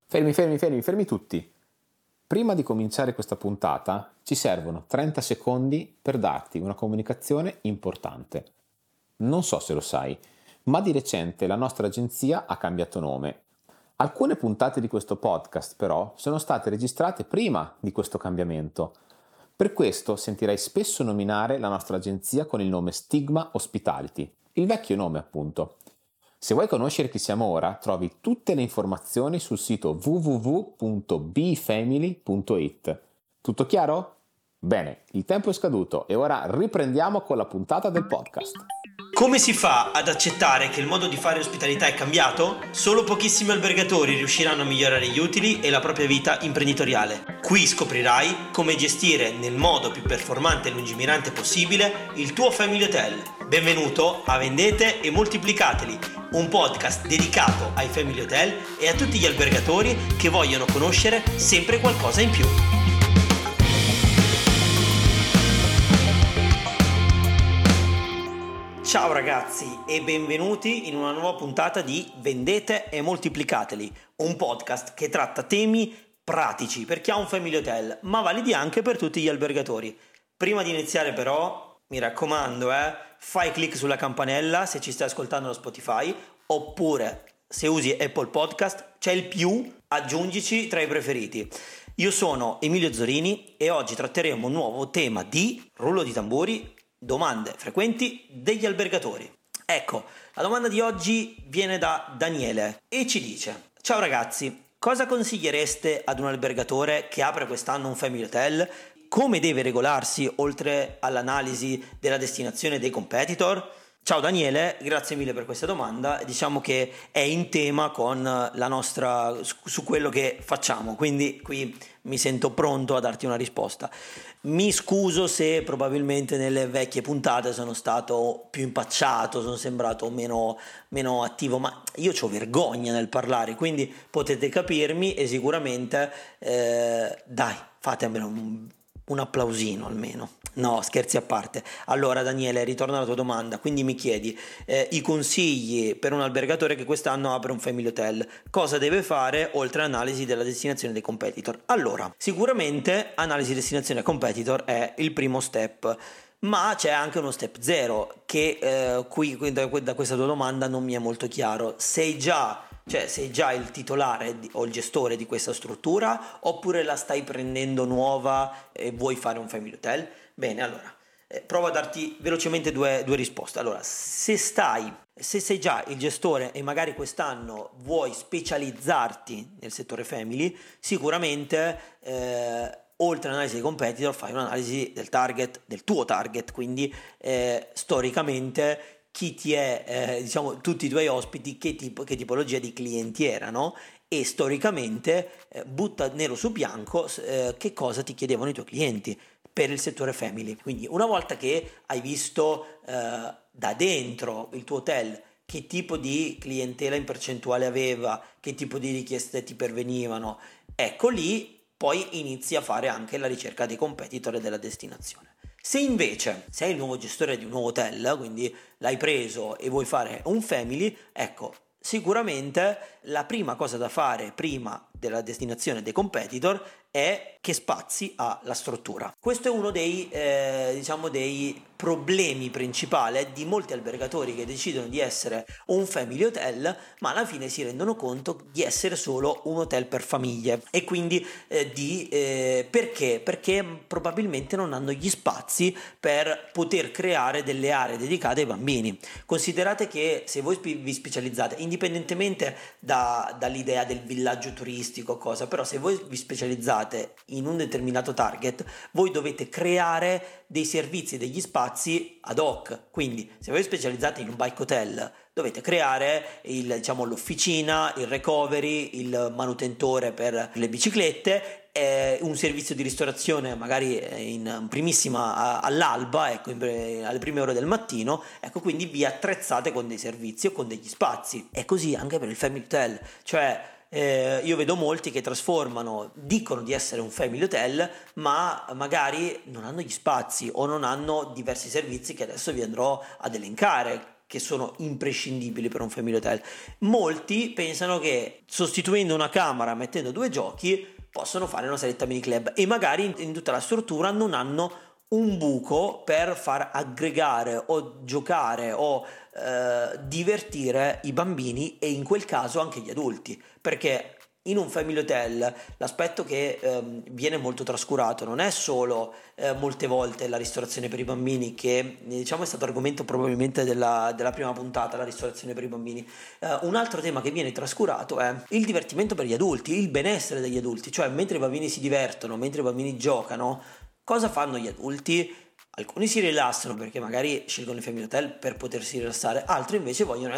Fermi tutti. Prima di cominciare questa puntata ci servono 30 secondi per darti una comunicazione importante. Non so se lo sai, ma di recente la nostra agenzia ha cambiato nome. Alcune puntate di questo podcast però sono state registrate prima di questo cambiamento. Per questo sentirai spesso nominare la nostra agenzia con il nome Stigma Hospitality, il vecchio nome appunto. Se vuoi conoscere chi siamo ora, trovi tutte le informazioni sul sito www.bfamily.it. Tutto chiaro? Bene, il tempo è scaduto e ora riprendiamo con la puntata del podcast. Come si fa ad accettare che il modo di fare ospitalità è cambiato? Solo pochissimi albergatori riusciranno a migliorare gli utili e la propria vita imprenditoriale. Qui scoprirai come gestire nel modo più performante e lungimirante possibile il tuo Family Hotel. Benvenuto a Vendete e Moltiplicateli, un podcast dedicato ai Family Hotel e a tutti gli albergatori che vogliono conoscere sempre qualcosa in più. Ciao ragazzi e benvenuti in una nuova puntata di Vendete e Moltiplicateli, un podcast che tratta temi pratici per chi ha un Family Hotel, ma validi anche per tutti gli albergatori. Prima di iniziare però, mi raccomando, fai click sulla campanella se ci stai ascoltando da Spotify, oppure se usi Apple Podcast c'è il più, aggiungici tra i preferiti. Io sono Emilio Zorini e oggi tratteremo un nuovo tema di rullo di tamburi, domande frequenti degli albergatori. Ecco, la domanda di oggi viene da Daniele e ci dice: ciao ragazzi, cosa consigliereste ad un albergatore che apre quest'anno un Family Hotel? Come deve regolarsi oltre all'analisi della destinazione dei competitor? Ciao Daniele, grazie mille per questa domanda. Diciamo che è in tema con la nostra, su quello che facciamo, quindi qui mi sento pronto a darti una risposta. Mi scuso se probabilmente nelle vecchie puntate sono stato più impacciato, sono sembrato meno attivo, ma io c'ho vergogna nel parlare, quindi potete capirmi e sicuramente dai, fatemelo un applausino almeno. No, scherzi a parte. Allora Daniele, ritorno alla tua domanda, quindi mi chiedi i consigli per un albergatore che quest'anno apre un Family Hotel, cosa deve fare oltre all'analisi della destinazione dei competitor? Allora, sicuramente analisi destinazione competitor è il primo step, ma c'è anche uno step 0 che qui da questa tua domanda non mi è molto chiaro. Sei già il titolare o il gestore di questa struttura oppure la stai prendendo nuova e vuoi fare un Family Hotel? Bene, allora, provo a darti velocemente due risposte. Allora, se sei già il gestore e magari quest'anno vuoi specializzarti nel settore family, sicuramente oltre all'analisi dei competitor fai un'analisi del target, del tuo target, quindi storicamente chi ti è, tutti i tuoi ospiti, che tipologia di clienti erano e storicamente butta nero su bianco che cosa ti chiedevano i tuoi clienti per il settore family. Quindi una volta che hai visto da dentro il tuo hotel che tipo di clientela in percentuale aveva, che tipo di richieste ti pervenivano, ecco lì poi inizi a fare anche la ricerca dei competitor e della destinazione. Se invece sei il nuovo gestore di un nuovo hotel, quindi l'hai preso e vuoi fare un family, ecco, sicuramente la prima cosa da fare prima della destinazione dei competitor è che spazi ha la struttura. Questo è uno dei problemi principali di molti albergatori che decidono di essere un family hotel, ma alla fine si rendono conto di essere solo un hotel per famiglie e quindi perché? Perché probabilmente non hanno gli spazi per poter creare delle aree dedicate ai bambini. Considerate che se voi vi specializzate, indipendentemente dall'idea del villaggio turistico, però se voi vi specializzate in un determinato target, voi dovete creare dei servizi, degli spazi ad hoc. Quindi se voi specializzate in un bike hotel, dovete creare l'officina, il recovery, il manutentore per le biciclette, un servizio di ristorazione magari in primissima all'alba, ecco, alle prime ore del mattino, ecco, quindi vi attrezzate con dei servizi o con degli spazi. E così anche per il family hotel, cioè io vedo molti che dicono di essere un family hotel, ma magari non hanno gli spazi o non hanno diversi servizi che adesso vi andrò ad elencare. che sono imprescindibili per un family hotel. Molti pensano che sostituendo una camera, mettendo 2 giochi, possono fare una saletta mini club e magari in tutta la struttura non hanno un buco per far aggregare o giocare o divertire i bambini e in quel caso anche gli adulti, perché in un family hotel l'aspetto che viene molto trascurato non è solo molte volte la ristorazione per i bambini, che diciamo è stato argomento probabilmente della prima puntata, la ristorazione per i bambini. Un altro tema che viene trascurato è il divertimento per gli adulti, il benessere degli adulti, cioè mentre i bambini si divertono, mentre i bambini giocano, cosa fanno gli adulti? Alcuni si rilassano perché magari scelgono il family hotel per potersi rilassare, altri invece vogliono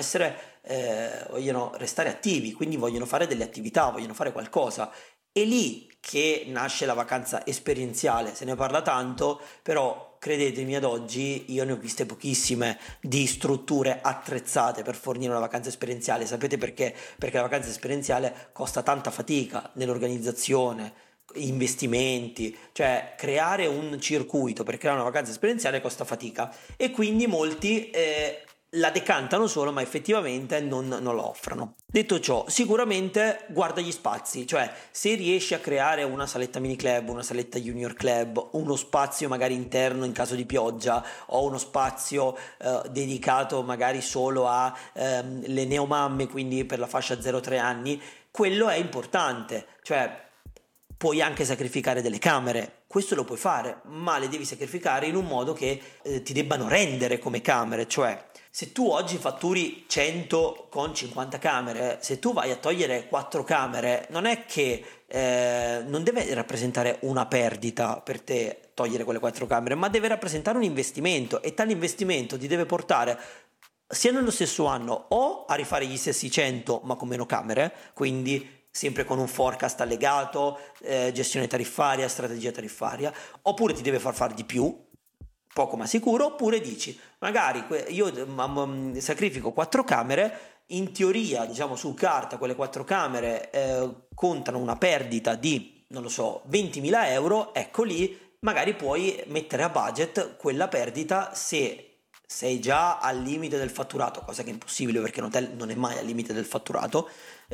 restare attivi, quindi vogliono fare delle attività, vogliono fare qualcosa. È lì che nasce la vacanza esperienziale, se ne parla tanto, però credetemi, ad oggi io ne ho viste pochissime di strutture attrezzate per fornire una vacanza esperienziale. Sapete perché? Perché la vacanza esperienziale costa tanta fatica nell'organizzazione, investimenti, cioè creare un circuito per creare una vacanza esperienziale costa fatica e quindi molti la decantano solo, ma effettivamente non la offrono. Detto ciò, sicuramente guarda gli spazi, cioè se riesci a creare una saletta mini club, una saletta junior club, uno spazio magari interno in caso di pioggia o uno spazio dedicato magari solo a le neomamme, quindi per la fascia 0-3 anni, quello è importante, cioè puoi anche sacrificare delle camere, questo lo puoi fare, ma le devi sacrificare in un modo che ti debbano rendere come camere, cioè se tu oggi fatturi 100 con 50 camere, se tu vai a togliere 4 camere, non è che non deve rappresentare una perdita per te togliere quelle 4 camere, ma deve rappresentare un investimento e tale investimento ti deve portare sia nello stesso anno o a rifare gli stessi 100 ma con meno camere, quindi sempre con un forecast allegato, gestione tariffaria, strategia tariffaria, oppure ti deve far di più, poco ma sicuro, oppure dici magari io sacrifico 4 camere, in teoria diciamo su carta quelle 4 camere contano una perdita di, non lo so, 20.000 euro, ecco lì magari puoi mettere a budget quella perdita se sei già al limite del fatturato, cosa che è impossibile perché un hotel non è mai al limite del fatturato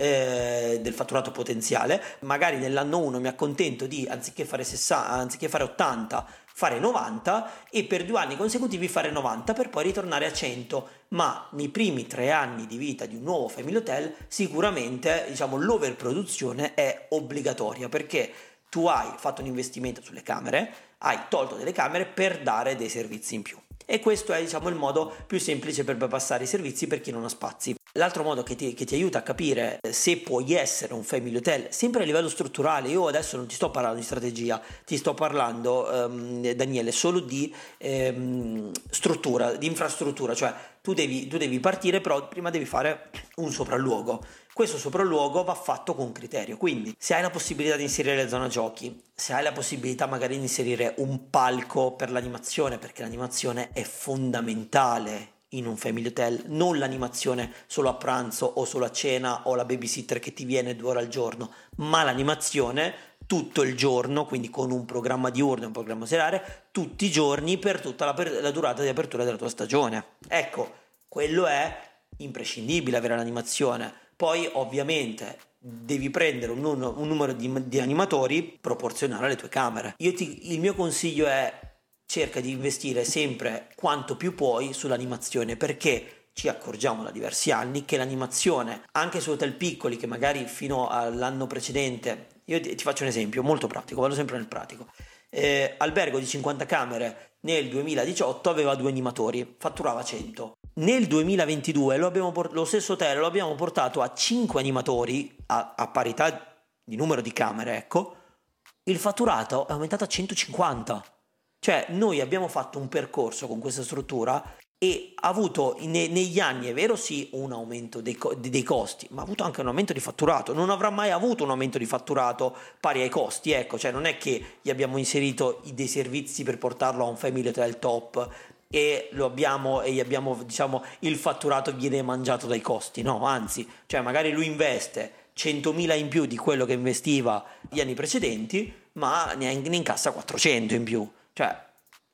potenziale. Magari nell'anno 1 mi accontento di anziché fare 80 fare 90 e per 2 anni consecutivi fare 90 per poi ritornare a 100, ma nei primi 3 anni di vita di un nuovo family hotel sicuramente diciamo l'overproduzione è obbligatoria, perché tu hai fatto un investimento sulle camere, hai tolto delle camere per dare dei servizi in più. E questo è diciamo il modo più semplice per bypassare i servizi per chi non ha spazi. L'altro modo che ti aiuta a capire se puoi essere un family hotel, sempre a livello strutturale, io adesso non ti sto parlando di strategia, ti sto parlando, Daniele, solo di struttura, di infrastruttura, cioè tu devi partire, però prima devi fare un sopralluogo. Questo sopralluogo va fatto con criterio, quindi se hai la possibilità di inserire le zone giochi, se hai la possibilità magari di inserire un palco per l'animazione, perché l'animazione è fondamentale in un family hotel, non l'animazione solo a pranzo o solo a cena o la babysitter che ti viene 2 ore al giorno, ma l'animazione tutto il giorno, quindi con un programma diurno e un programma serale, tutti i giorni per tutta la durata di apertura della tua stagione. Ecco, quello è imprescindibile, avere l'animazione. Poi ovviamente devi prendere un numero di animatori proporzionale alle tue camere. Il mio consiglio è: cerca di investire sempre quanto più puoi sull'animazione, perché ci accorgiamo da diversi anni che l'animazione, anche su hotel piccoli che magari fino all'anno precedente, io ti faccio un esempio molto pratico, vado sempre nel pratico, albergo di 50 camere nel 2018 aveva 2 animatori, fatturava 100. Nel 2022 lo stesso hotel lo abbiamo portato a 5 animatori a parità di numero di camere, ecco, il fatturato è aumentato a 150. Cioè noi abbiamo fatto un percorso con questa struttura e ha avuto negli anni, è vero sì, un aumento dei costi, ma ha avuto anche un aumento di fatturato. Non avrà mai avuto un aumento di fatturato pari ai costi, ecco, cioè non è che gli abbiamo inserito dei servizi per portarlo a un family hotel top e gli abbiamo diciamo il fatturato viene mangiato dai costi, no, anzi, cioè magari lui investe 100.000 in più di quello che investiva gli anni precedenti, ma ne incassa 400 in più. Cioè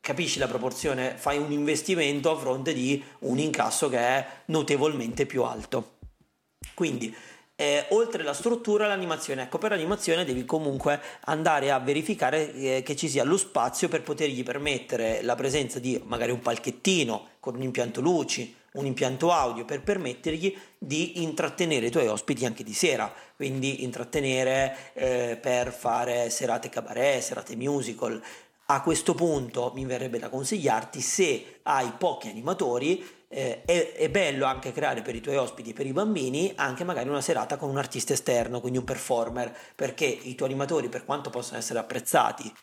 capisci la proporzione? Fai un investimento a fronte di un incasso che è notevolmente più alto. Quindi oltre la struttura, l'animazione, ecco, per l'animazione devi comunque andare a verificare che ci sia lo spazio per potergli permettere la presenza di magari un palchettino con un impianto luci, un impianto audio, per permettergli di intrattenere i tuoi ospiti anche di sera, quindi intrattenere per fare serate cabaret, serate musical. A questo punto mi verrebbe da consigliarti, se hai pochi animatori, è bello anche creare per i tuoi ospiti e per i bambini anche magari una serata con un artista esterno, quindi un performer, perché i tuoi animatori, per quanto possano essere apprezzati,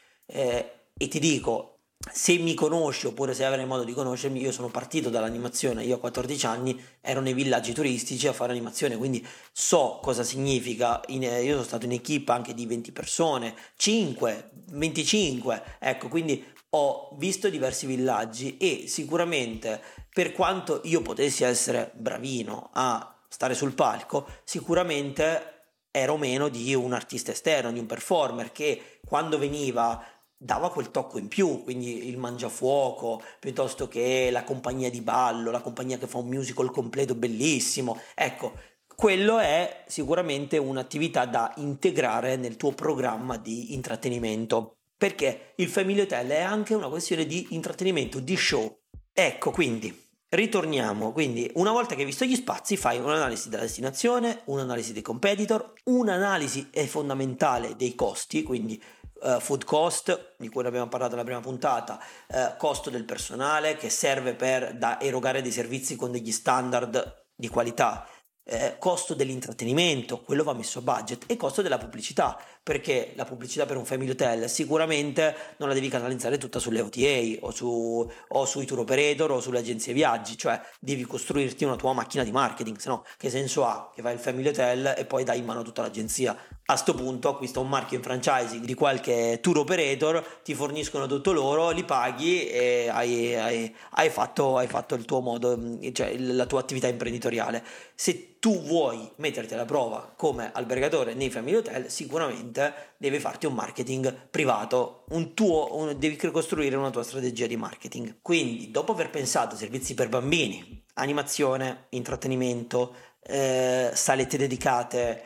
e ti dico, se mi conosci oppure se avrai modo di conoscermi, io sono partito dall'animazione, io a 14 anni ero nei villaggi turistici a fare animazione, quindi so cosa significa. Io sono stato in equipe anche di 20 persone, 5, 25, ecco, quindi ho visto diversi villaggi e sicuramente, per quanto io potessi essere bravino a stare sul palco, sicuramente ero meno di un artista esterno, di un performer che quando veniva dava quel tocco in più, quindi il mangiafuoco, piuttosto che la compagnia di ballo, la compagnia che fa un musical completo bellissimo. Ecco, quello è sicuramente un'attività da integrare nel tuo programma di intrattenimento, perché il Family Hotel è anche una questione di intrattenimento, di show. Ecco, quindi ritorniamo. Quindi, una volta che hai visto gli spazi, fai un'analisi della destinazione, un'analisi dei competitor, un'analisi è fondamentale dei costi, quindi food cost, di cui abbiamo parlato nella prima puntata, costo del personale che serve per erogare dei servizi con degli standard di qualità, costo dell'intrattenimento, quello va messo a budget, e costo della pubblicità, perché la pubblicità per un family hotel sicuramente non la devi canalizzare tutta sulle OTA o sui tour operator o sulle agenzie viaggi, cioè devi costruirti una tua macchina di marketing, se no che senso ha che fai il family hotel e poi dai in mano tutta l'agenzia? A sto punto acquista un marchio in franchising di qualche tour operator, ti forniscono tutto loro, li paghi e hai fatto il tuo modo, cioè la tua attività imprenditoriale. Se tu vuoi metterti alla prova come albergatore nei family hotel, sicuramente devi farti un marketing privato, devi costruire una tua strategia di marketing. Quindi, dopo aver pensato a servizi per bambini, animazione, intrattenimento, salette dedicate,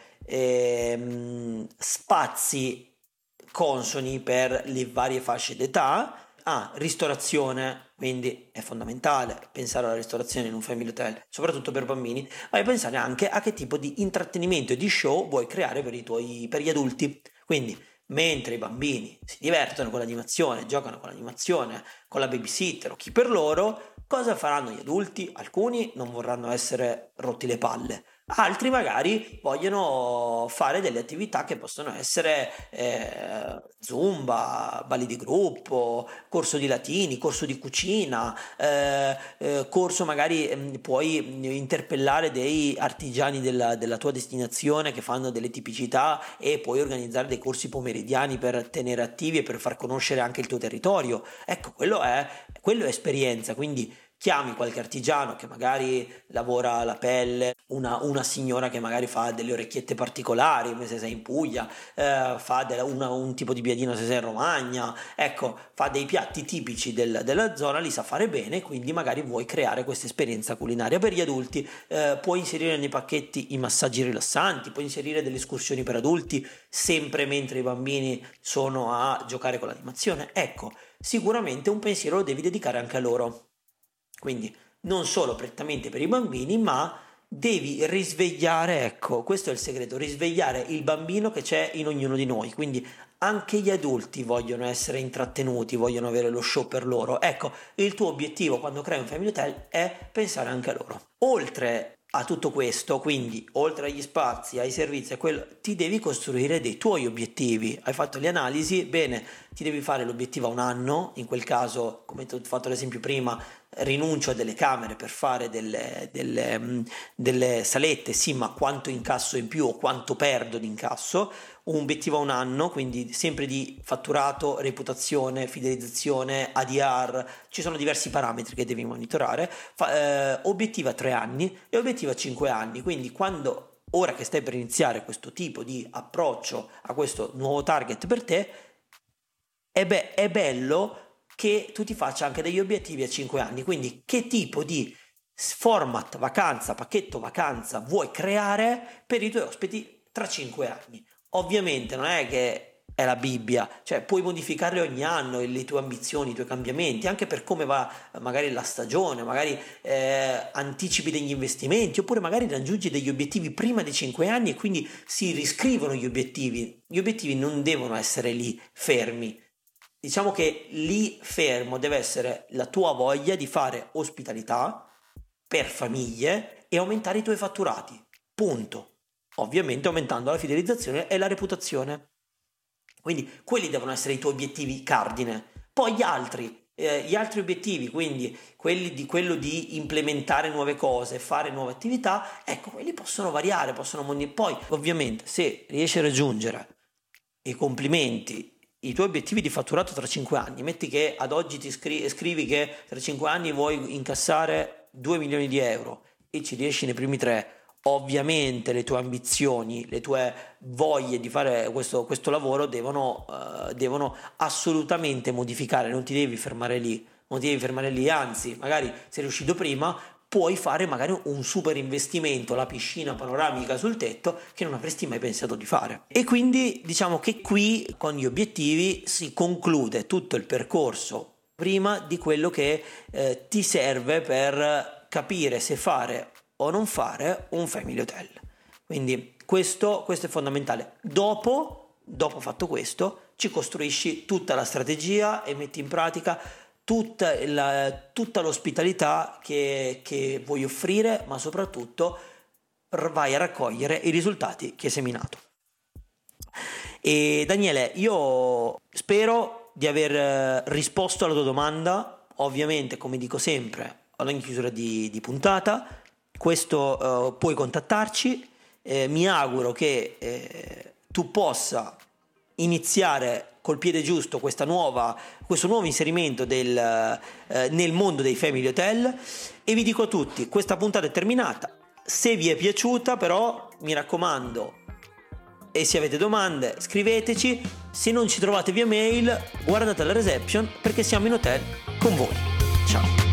spazi consoni per le varie fasce d'età, ristorazione, quindi è fondamentale pensare alla ristorazione in un family hotel, soprattutto per bambini. Vai a pensare anche a che tipo di intrattenimento e di show vuoi creare per gli adulti. Quindi, mentre i bambini si divertono con l'animazione, giocano con l'animazione, con la babysitter o chi per loro, cosa faranno gli adulti? Alcuni non vorranno essere rotti le palle, altri magari vogliono fare delle attività che possono essere zumba, balli di gruppo, corso di latini, corso di cucina, corso magari puoi interpellare dei artigiani della tua destinazione che fanno delle tipicità e puoi organizzare dei corsi pomeridiani per tenere attivi e per far conoscere anche il tuo territorio. Ecco, quello è esperienza, quindi chiami qualche artigiano che magari lavora la pelle, una signora che magari fa delle orecchiette particolari se sei in Puglia, fa un tipo di piadino se sei in Romagna, ecco, fa dei piatti tipici della zona, li sa fare bene, quindi magari vuoi creare questa esperienza culinaria per gli adulti. Puoi inserire nei pacchetti i massaggi rilassanti, puoi inserire delle escursioni per adulti sempre mentre i bambini sono a giocare con l'animazione. Ecco, sicuramente un pensiero lo devi dedicare anche a loro. Quindi non solo prettamente per i bambini, ma devi risvegliare, ecco, questo è il segreto, risvegliare il bambino che c'è in ognuno di noi. Quindi anche gli adulti vogliono essere intrattenuti, vogliono avere lo show per loro. Ecco, il tuo obiettivo quando crei un family hotel è pensare anche a loro. Oltre a tutto questo, quindi oltre agli spazi, ai servizi, ti devi costruire dei tuoi obiettivi. Hai fatto le analisi, bene, ti devi fare l'obiettivo a un anno, in quel caso, come ti ho fatto l'esempio prima, rinuncio a delle camere per fare delle salette, sì, ma quanto incasso in più o quanto perdo di incasso? Un obiettivo a un anno, quindi sempre di fatturato, reputazione, fidelizzazione, ADR, ci sono diversi parametri che devi monitorare. Obiettivo a 3 anni e obiettivo a 5 anni, quindi ora che stai per iniziare questo tipo di approccio a questo nuovo target per te, è bello che tu ti faccia anche degli obiettivi a 5 anni, quindi che tipo di format vacanza, pacchetto vacanza vuoi creare per i tuoi ospiti tra 5 anni. Ovviamente non è che è la Bibbia, cioè puoi modificarle ogni anno le tue ambizioni, i tuoi cambiamenti, anche per come va magari la stagione, magari anticipi degli investimenti, oppure magari raggiungi degli obiettivi prima dei 5 anni e quindi si riscrivono gli obiettivi. Gli obiettivi non devono essere lì fermi. Diciamo che lì fermo deve essere la tua voglia di fare ospitalità per famiglie e aumentare i tuoi fatturati. Punto. Ovviamente aumentando la fidelizzazione e la reputazione. Quindi quelli devono essere i tuoi obiettivi cardine. Poi gli altri obiettivi, quindi quello di implementare nuove cose, fare nuove attività, ecco, quelli possono variare, poi ovviamente se riesci a raggiungere i complimenti, i tuoi obiettivi di fatturato tra 5 anni, metti che ad oggi ti scrivi che tra 5 anni vuoi incassare 2 milioni di euro e ci riesci nei primi 3, ovviamente le tue ambizioni, le tue voglie di fare questo lavoro devono assolutamente modificare, non ti devi fermare lì, anzi magari sei riuscito prima, puoi fare magari un super investimento, la piscina panoramica sul tetto che non avresti mai pensato di fare. E quindi diciamo che qui con gli obiettivi si conclude tutto il percorso prima di quello che ti serve per capire se fare o non fare un family hotel. Quindi questo è fondamentale. Dopo fatto questo, ci costruisci tutta la strategia e metti in pratica tutta l'ospitalità che vuoi offrire, ma soprattutto vai a raccogliere i risultati che hai seminato. E Daniele, io spero di aver risposto alla tua domanda. Ovviamente, come dico sempre, ad ogni chiusura di puntata, questo puoi contattarci. Mi auguro che tu possa iniziare col piede giusto questo nuovo inserimento nel mondo dei family hotel, e vi dico a tutti, questa puntata è terminata. Se vi è piaciuta, però, mi raccomando, e se avete domande scriveteci, se non ci trovate via mail guardate la reception, perché siamo in hotel con voi. Ciao.